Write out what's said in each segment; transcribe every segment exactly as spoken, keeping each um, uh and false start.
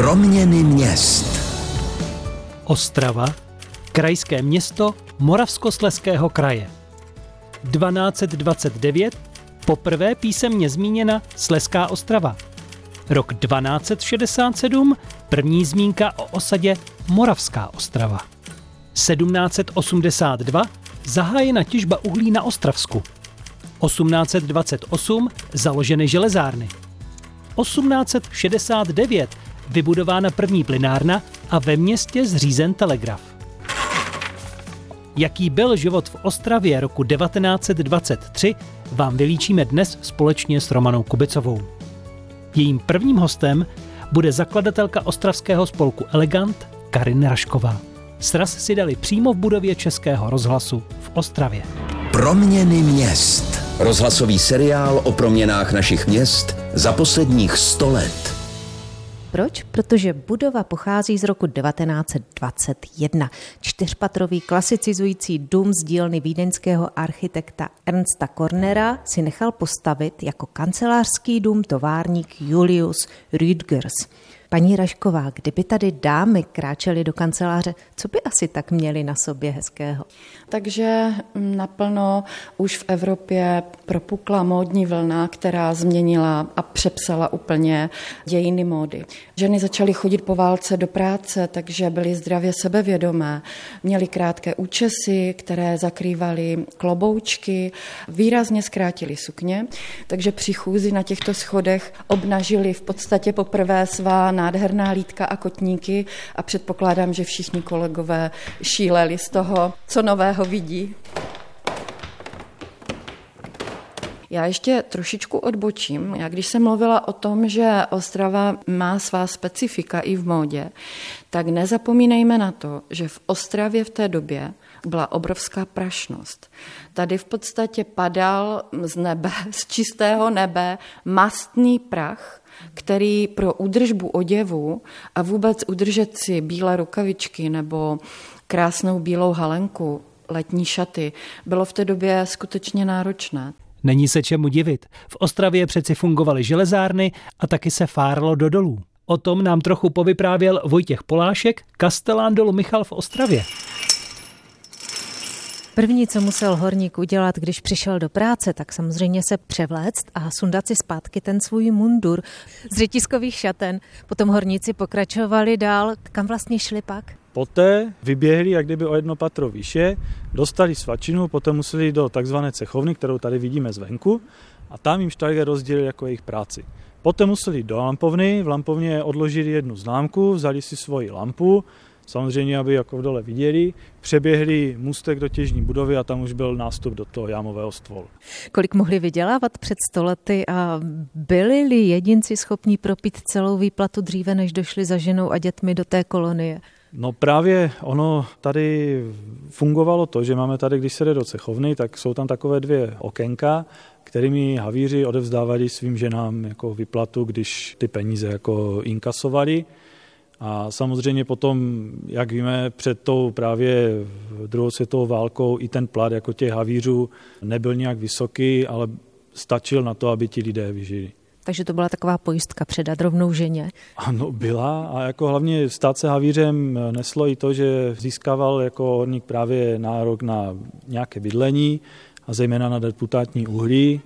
Proměny měst. Ostrava, krajské město Moravskoslezského kraje. dvanáct set dvacet devět, poprvé písemně zmíněna Slezská Ostrava. Rok dvanáct set šedesát sedm, první zmínka o osadě Moravská Ostrava. sedmnáct set osmdesát dva, zahájena těžba uhlí na Ostravsku. osmnáct set dvacet osm, založeny železárny. osmnáct set šedesát devět, vybudována první plynárna a ve městě zřízen telegraf. Jaký byl život v Ostravě roku devatenáct set dvacet tři, vám vylíčíme dnes společně s Romanou Kubicovou. Jejím prvním hostem bude zakladatelka ostravského spolku Elegant Karin Rašková. Sraz si dali přímo v budově Českého rozhlasu v Ostravě. Proměny měst. Rozhlasový seriál o proměnách našich měst za posledních sto let. Proč? Protože budova pochází z roku devatenáct set dvacet jedna. Čtyřpatrový klasicizující dům z dílny vídeňského architekta Ernsta Kornera si nechal postavit jako kancelářský dům továrník Julius Rüdgers. Paní Rašková, kdyby tady dámy kráčely do kanceláře, co by asi tak měly na sobě hezkého? Takže naplno už v Evropě propukla módní vlna, která změnila a přepsala úplně dějiny módy. Ženy začaly chodit po válce do práce, takže byly zdravě sebevědomé. Měly krátké účesy, které zakrývaly kloboučky, výrazně zkrátily sukně, takže při chůzi na těchto schodech obnažili v podstatě poprvé svá nádherná lítka a kotníky a předpokládám, že všichni kolegové šíleli z toho, co nového vidí. Já ještě trošičku odbočím. Já když jsem mluvila o tom, že Ostrava má svá specifika i v módě, tak nezapomínejme na to, že v Ostravě v té době byla obrovská prašnost. Tady v podstatě padal z nebe, z čistého nebe mastný prach, který pro údržbu oděvu a vůbec udržet si bílé rukavičky nebo krásnou bílou halenku, letní šaty, bylo v té době skutečně náročné. Není se čemu divit. V Ostravě přeci fungovaly železárny a taky se fárlo do dolů. O tom nám trochu povyprávěl Vojtěch Polášek, kastelán dolu Michal v Ostravě. První, co musel horník udělat, když přišel do práce, tak samozřejmě se převléct a sundat si zpátky ten svůj mundur z řetiskových šaten. Potom horníci pokračovali dál. Kam vlastně šli pak? Poté vyběhli jak kdyby o jedno patro výše, dostali svačinu, potom museli do takzvané cechovny, kterou tady vidíme zvenku, a tam jim Steiger rozdělil jako jejich práci. Poté museli do lampovny, v lampovně odložili jednu známku, vzali si svoji lampu, samozřejmě, aby jako v dole viděli, přeběhli můstek do těžní budovy a tam už byl nástup do toho jámového stvolu. Kolik mohli vydělávat před sto lety a byli-li jedinci schopní propít celou výplatu dříve, než došli za ženou a dětmi do té kolonie? No právě ono tady fungovalo to, že máme tady, když se jde do cechovny, tak jsou tam takové dvě okénka, kterými havíři odevzdávali svým ženám jako výplatu, když ty peníze jako inkasovali. A samozřejmě potom, jak víme, před tou právě druhou světovou válkou i ten plat jako těch havířů nebyl nějak vysoký, ale stačil na to, aby ti lidé vyžili. Takže to byla taková pojistka předat rovnou ženě? Ano, byla a jako hlavně stát se havířem neslo i to, že získával jako horník právě nárok na nějaké bydlení a zejména na deputátní uhlí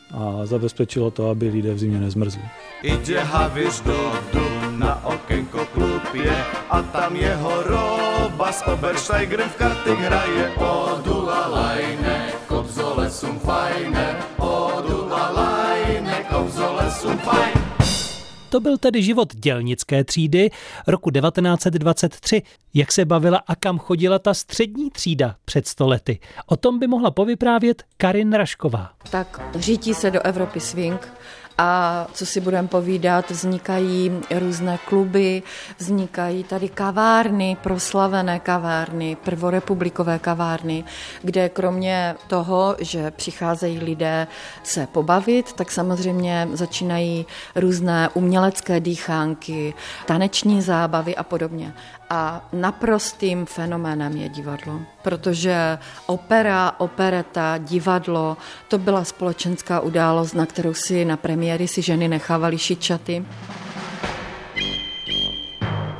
a zabezpečilo to, aby lidé v zimě nezmrzli. Jde havíř do domu, na okénko klupě a tam jeho roba s Obersteigerem v karty hraje. O dulalajne, kobzole sum fajne, o dulalajne, kobzole sum fajne. To byl tedy život dělnické třídy roku devatenáct set dvacet tři. Jak se bavila a kam chodila ta střední třída před sto lety. O tom by mohla povyprávět Karin Rašková. Tak řítí se do Evropy swing a co si budeme povídat, vznikají různé kluby, vznikají tady kavárny, proslavené kavárny, prvorepublikové kavárny, kde kromě toho, že přicházejí lidé se pobavit, tak samozřejmě začínají různé umělecké dýchánky, taneční zábavy a podobně. A naprostým fenoménem je divadlo, protože opera, opereta, divadlo, to byla společenská událost, na kterou si na premiéry si ženy nechávaly šít šaty.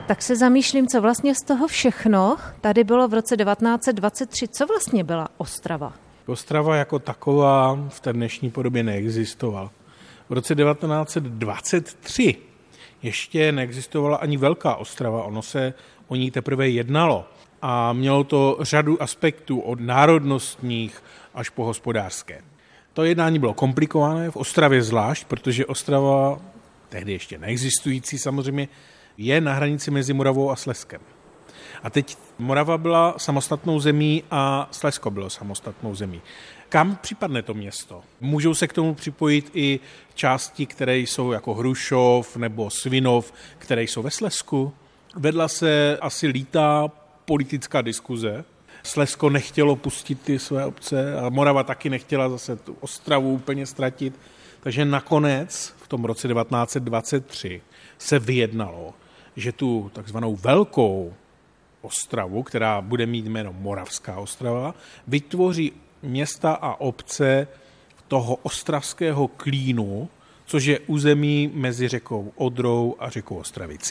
Tak se zamýšlím, co vlastně z toho všechno tady bylo v roce devatenáct set dvacet tři. Co vlastně byla Ostrava? Ostrava jako taková v té dnešní podobě neexistovala. V roce devatenáct set dvacet tři ještě neexistovala ani Velká Ostrava, ono se o ní teprve jednalo. A mělo to řadu aspektů od národnostních až po hospodářské. To jednání bylo komplikované, v Ostravě zvlášť, protože Ostrava, tehdy ještě neexistující samozřejmě, je na hranici mezi Moravou a Slezskem. A teď Morava byla samostatnou zemí a Slezsko bylo samostatnou zemí. Kam připadne to město? Můžou se k tomu připojit i části, které jsou jako Hrušov nebo Svinov, které jsou ve Slezsku. Vedla se asi lítá politická diskuze. Slezsko nechtělo pustit ty své obce a Morava taky nechtěla zase tu Ostravu úplně ztratit. Takže nakonec v tom roce devatenáct set dvacet tři se vyjednalo, že tu takzvanou Velkou Ostravu, která bude mít jméno Moravská Ostrava, vytvoří města a obce toho ostravského klínu, což je území mezi řekou Odrou a řekou Ostravicí.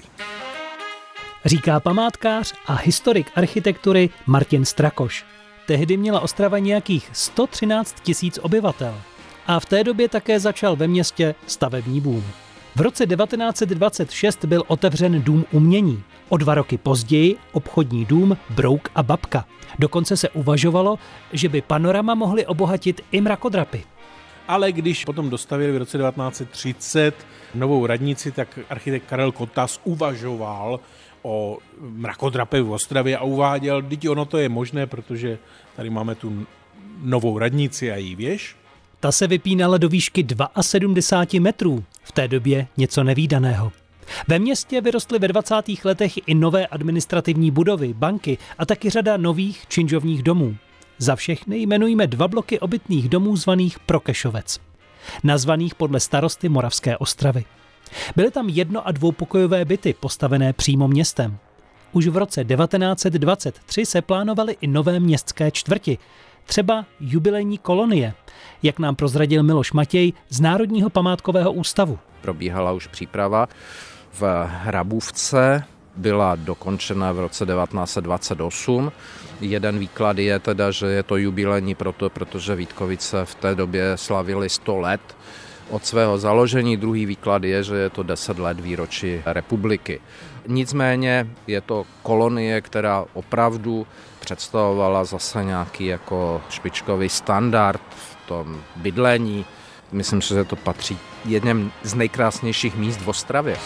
Říká památkář a historik architektury Martin Strakoš. Tehdy měla Ostrava nějakých sto třináct tisíc obyvatel. A v té době také začal ve městě stavební boom. V roce devatenáct set dvacet šest byl otevřen Dům umění. O dva roky později obchodní dům Brouk a Babka. Dokonce se uvažovalo, že by Panorama mohli obohatit i mrakodrapy. Ale když potom dostavili v roce devatenáct set třicet novou radnici, tak architekt Karel Kotas uvažoval o mrakodrapech v Ostravě a uváděl, že ono to je možné, protože tady máme tu novou radnici a její věž. Ta se vypínala do výšky sedmdesát dva metrů, v té době něco nevídaného. Ve městě vyrostly ve dvacátých letech i nové administrativní budovy, banky a taky řada nových činžovních domů. Za všechny jmenujeme dva bloky obytných domů zvaných Prokešovec, nazvaných podle starosty Moravské Ostravy. Byly tam jedno- a dvoupokojové byty postavené přímo městem. Už v roce devatenáct set dvacet tři se plánovaly i nové městské čtvrti, třeba jubilejní kolonie, jak nám prozradil Miloš Matěj z Národního památkového ústavu. Probíhala už příprava. V Hrabůvce byla dokončena v roce devatenáct set dvacet osm. Jeden výklad je teda, že je to jubilejní proto, protože Vítkovice v té době slavily sto let od svého založení. Druhý výklad je, že je to deset let výročí republiky. Nicméně je to kolonie, která opravdu představovala zase nějaký jako špičkový standard v tom bydlení. Myslím si, že to patří jedním z nejkrásnějších míst v Ostravě.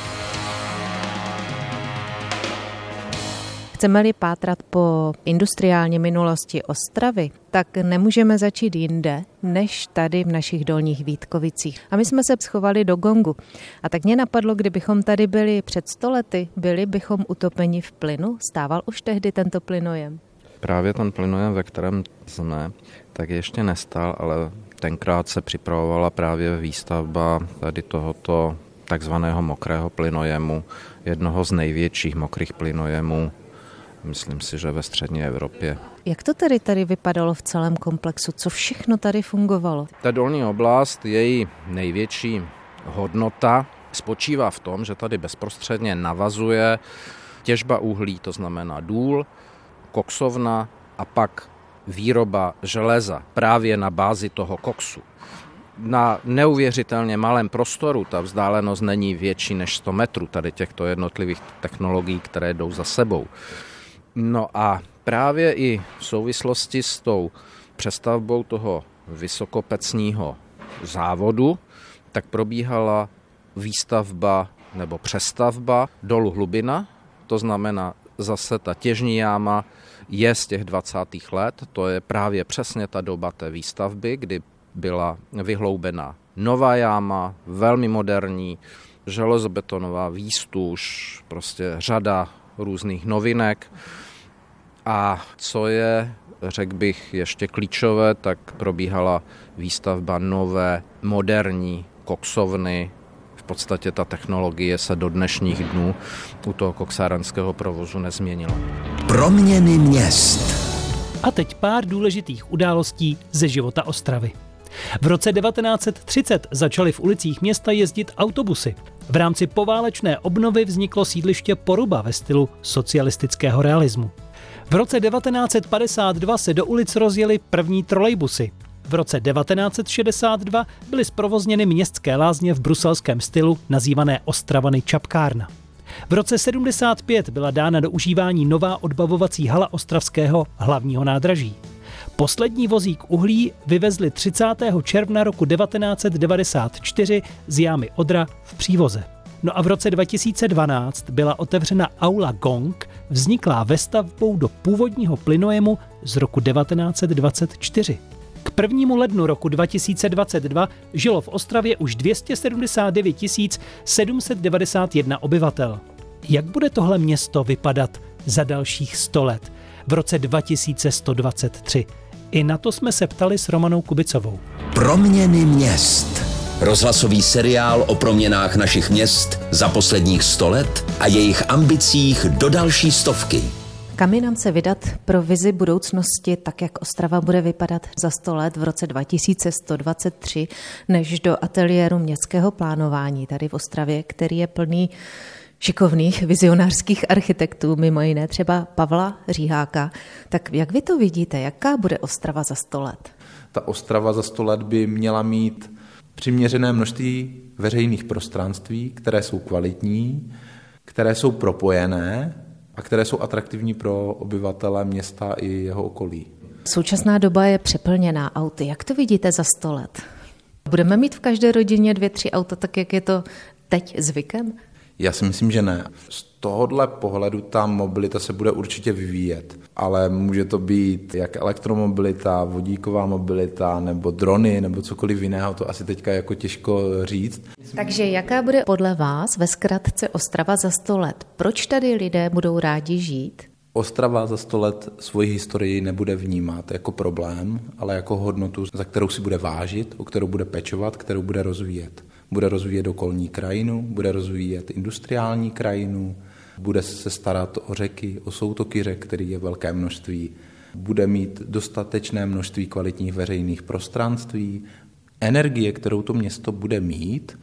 Chceme-li pátrat po industriální minulosti Ostravy, tak nemůžeme začít jinde, než tady v našich Dolních Vítkovicích. A my jsme se schovali do gongu. A tak mě napadlo, kdybychom tady byli před sto lety, byli bychom utopeni v plynu? Stával už tehdy tento plynojem? Právě ten plynojem, ve kterém jsme, tak ještě nestál, ale tenkrát se připravovala právě výstavba tady tohoto takzvaného mokrého plynojemu, jednoho z největších mokrých plynojemů, myslím si, že ve střední Evropě. Jak to tedy tady vypadalo v celém komplexu? Co všechno tady fungovalo? Ta dolní oblast, její největší hodnota spočívá v tom, že tady bezprostředně navazuje těžba uhlí, to znamená důl, koksovna a pak výroba železa právě na bázi toho koksu. Na neuvěřitelně malém prostoru ta vzdálenost není větší než sto metrů tady těchto jednotlivých technologií, které jdou za sebou. No a právě i v souvislosti s tou přestavbou toho vysokopecního závodu, tak probíhala výstavba nebo přestavba dolu Hlubina, to znamená zase ta těžní jáma je z těch dvacátých let, to je právě přesně ta doba té výstavby, kdy byla vyhloubena nová jáma, velmi moderní, železobetonová výstuž, prostě řada různých novinek. A co je, řekl bych, ještě klíčové, tak probíhala výstavba nové, moderní koksovny. V podstatě ta technologie se do dnešních dnů u toho koksárenského provozu nezměnila. Proměny měst. A teď pár důležitých událostí ze života Ostravy. V roce devatenáct set třicet začaly v ulicích města jezdit autobusy. V rámci poválečné obnovy vzniklo sídliště Poruba ve stylu socialistického realismu. V roce devatenáct set padesát dva se do ulic rozjeli první trolejbusy. V roce devatenáct set šedesát dva byly zprovozněny městské lázně v bruselském stylu nazývané Ostravany Čapkárna. V roce sedmdesát pět byla dána do užívání nová odbavovací hala ostravského hlavního nádraží. Poslední vozík uhlí vyvezli třicátého června roku devatenáct set devadesát čtyři z jámy Odra v Přívoze. No a v roce dva tisíce dvanáct byla otevřena aula Gong, vzniklá vestavbou do původního plynojemu z roku devatenáct set dvacet čtyři. K prvnímu lednu roku dva tisíce dvacet dva žilo v Ostravě už dvě stě sedmdesát devět tisíc sedm set devadesát jedna obyvatel. Jak bude tohle město vypadat za dalších sto let, v roce dva tisíce sto dvacet tři? I na to jsme se ptali s Romanou Kubicovou. Proměny měst. Rozhlasový seriál o proměnách našich měst za posledních sto let a jejich ambicích do další stovky. Kam jinam se vydat pro vizi budoucnosti, tak jak Ostrava bude vypadat za sto let v roce dva tisíce sto dvacet tři, než do ateliéru městského plánování tady v Ostravě, který je plný šikovných vizionářských architektů, mimo jiné třeba Pavla Říháka. Tak jak vy to vidíte, jaká bude Ostrava za sto let? Ta Ostrava za sto let by měla mít přiměřené množství veřejných prostranství, které jsou kvalitní, které jsou propojené a které jsou atraktivní pro obyvatele města i jeho okolí. Současná doba je přeplněná auty. Jak to vidíte za sto let? Budeme mít v každé rodině dvě, tři auta, tak jak je to teď zvykem? Já si myslím, že ne. Z tohohle pohledu ta mobilita se bude určitě vyvíjet, ale může to být jak elektromobilita, vodíková mobilita, nebo drony, nebo cokoliv jiného, to asi teďka jako těžko říct. Takže jaká bude podle vás ve zkratce Ostrava za sto let? Proč tady lidé budou rádi žít? Ostrava za sto let svoji historii nebude vnímat jako problém, ale jako hodnotu, za kterou si bude vážit, o kterou bude pečovat, kterou bude rozvíjet. Bude rozvíjet okolní krajinu, bude rozvíjet industriální krajinu, bude se starat o řeky, o soutoky řek, který je velké množství, bude mít dostatečné množství kvalitních veřejných prostranství. Energie, kterou to město bude mít,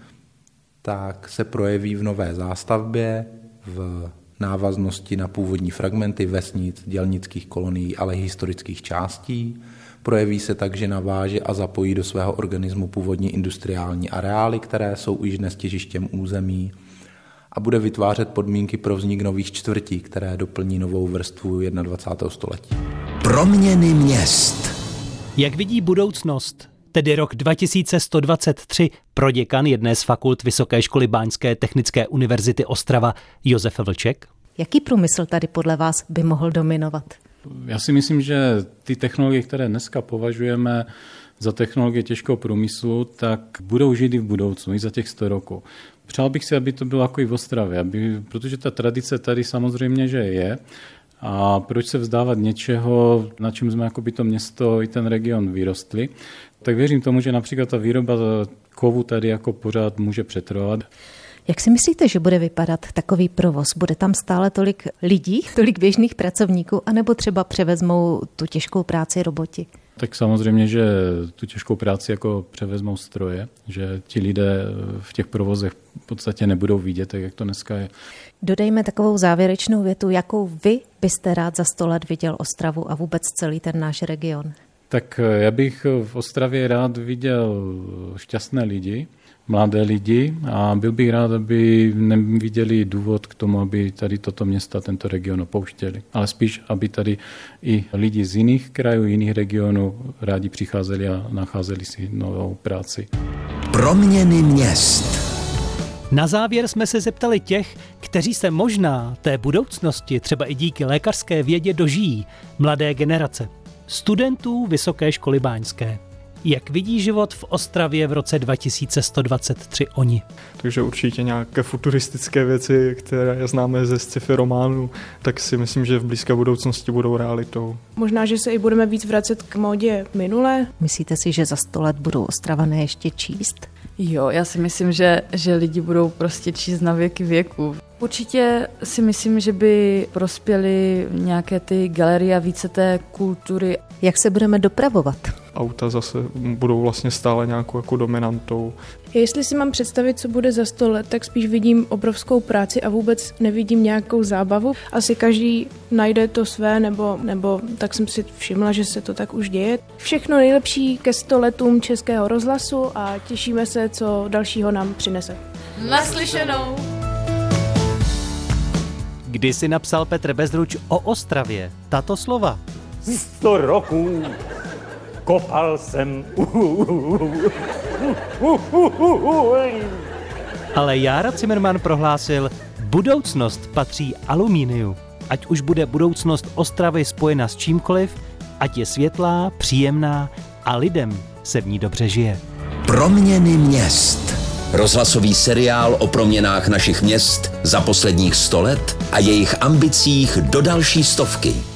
tak se projeví v nové zástavbě, v návaznosti na původní fragmenty vesnic, dělnických kolonií, ale i historických částí. Projeví se tak, že naváže a zapojí do svého organismu původní industriální areály, které jsou už dnes těžištěm území, a bude vytvářet podmínky pro vznik nových čtvrtí, které doplní novou vrstvu dvacátého prvního století. Proměny měst. Jak vidí budoucnost, tedy rok dva tisíce sto dvacet tři, proděkan jedné z fakult Vysoké školy Báňské technické univerzity Ostrava Josef Vlček? Jaký průmysl tady podle vás by mohl dominovat? Já si myslím, že ty technologie, které dneska považujeme za technologie těžkého průmyslu, tak budou žít i v budoucnu, i za těch sto roků. Přál bych si, aby to bylo jako i v Ostravě, aby, protože ta tradice tady samozřejmě, že je. A proč se vzdávat něčeho, na čem jsme jako by to město i ten region vyrostli. Tak věřím tomu, že například ta výroba kovu tady jako pořád může přetrvat. Jak si myslíte, že bude vypadat takový provoz? Bude tam stále tolik lidí, tolik běžných pracovníků, anebo třeba převezmou tu těžkou práci roboti? Tak samozřejmě, že tu těžkou práci jako převezmou stroje, že ti lidé v těch provozech v podstatě nebudou vidět, tak jak to dneska je. Dodejme takovou závěrečnou větu, jakou vy byste rád za sto let viděl Ostravu a vůbec celý ten náš region. Tak já bych v Ostravě rád viděl šťastné lidi, mladé lidi, a byl bych rád, aby neviděli důvod k tomu, aby tady toto město, tento region opouštěli. Ale spíš, aby tady i lidi z jiných krajů, jiných regionů rádi přicházeli a nacházeli si novou práci. Proměny měst. Na závěr jsme se zeptali těch, kteří se možná té budoucnosti třeba i díky lékařské vědě dožijí, mladé generace, studentů Vysoké školy Báňské. Jak vidí život v Ostravě v roce dva tisíce sto dvacet tři oni? Takže určitě nějaké futuristické věci, které známe ze sci-fi románů, tak si myslím, že v blízké budoucnosti budou realitou. Možná, že se i budeme víc vracet k módě minulé. Myslíte si, že za sto let budou Ostravané ještě číst? Jo, já si myslím, že, že lidi budou prostě číst na věky věku. Určitě si myslím, že by prospěly nějaké ty galerie a více té kultury. Jak se budeme dopravovat? Auta zase budou vlastně stále nějakou jako dominantou. Jestli si mám představit, co bude za sto let, tak spíš vidím obrovskou práci a vůbec nevidím nějakou zábavu. Asi každý najde to své, nebo, nebo tak jsem si všimla, že se to tak už děje. Všechno nejlepší ke sto letům Českého rozhlasu a těšíme se, co dalšího nám přinese. Naslyšenou! Kdy si napsal Petr Bezruč o Ostravě tato slova? Sto roků kopal jsem. Ale Jára Cimrman prohlásil, budoucnost patří alumíniu. Ať už bude budoucnost Ostravy spojena s čímkoliv, ať je světlá, příjemná a lidem se v ní dobře žije. Proměny měst. Rozhlasový seriál o proměnách našich měst za posledních sto let a jejich ambicích do další stovky.